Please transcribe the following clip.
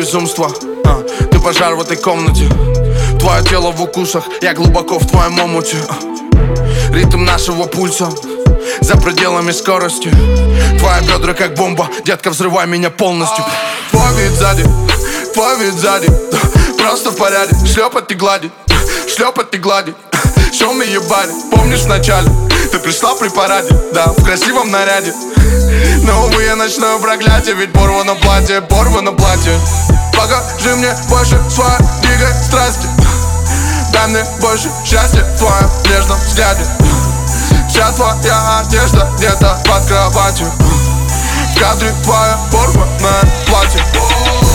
безумство. Ты пожар в этой комнате, твое тело в укусах, я глубоко в твоем омуте. Ритм нашего пульса за пределами скорости. Твои бедра как бомба, детка, взрывай меня полностью. Твой вид сзади, просто в порядке. Шлепать и гладить, шлепать и гладить. Show me your body. Помнишь вначале, ты пришла при параде, да, в красивом наряде. Но, увы, я ночное проклятие, ведь порвано платье, порвано платье. Покажи мне больше своей дикой страсти. Дай мне больше счастья в твоем нежном взгляде. Вся твоя одежда где-то под кроватью. В кадре твое порванное платье.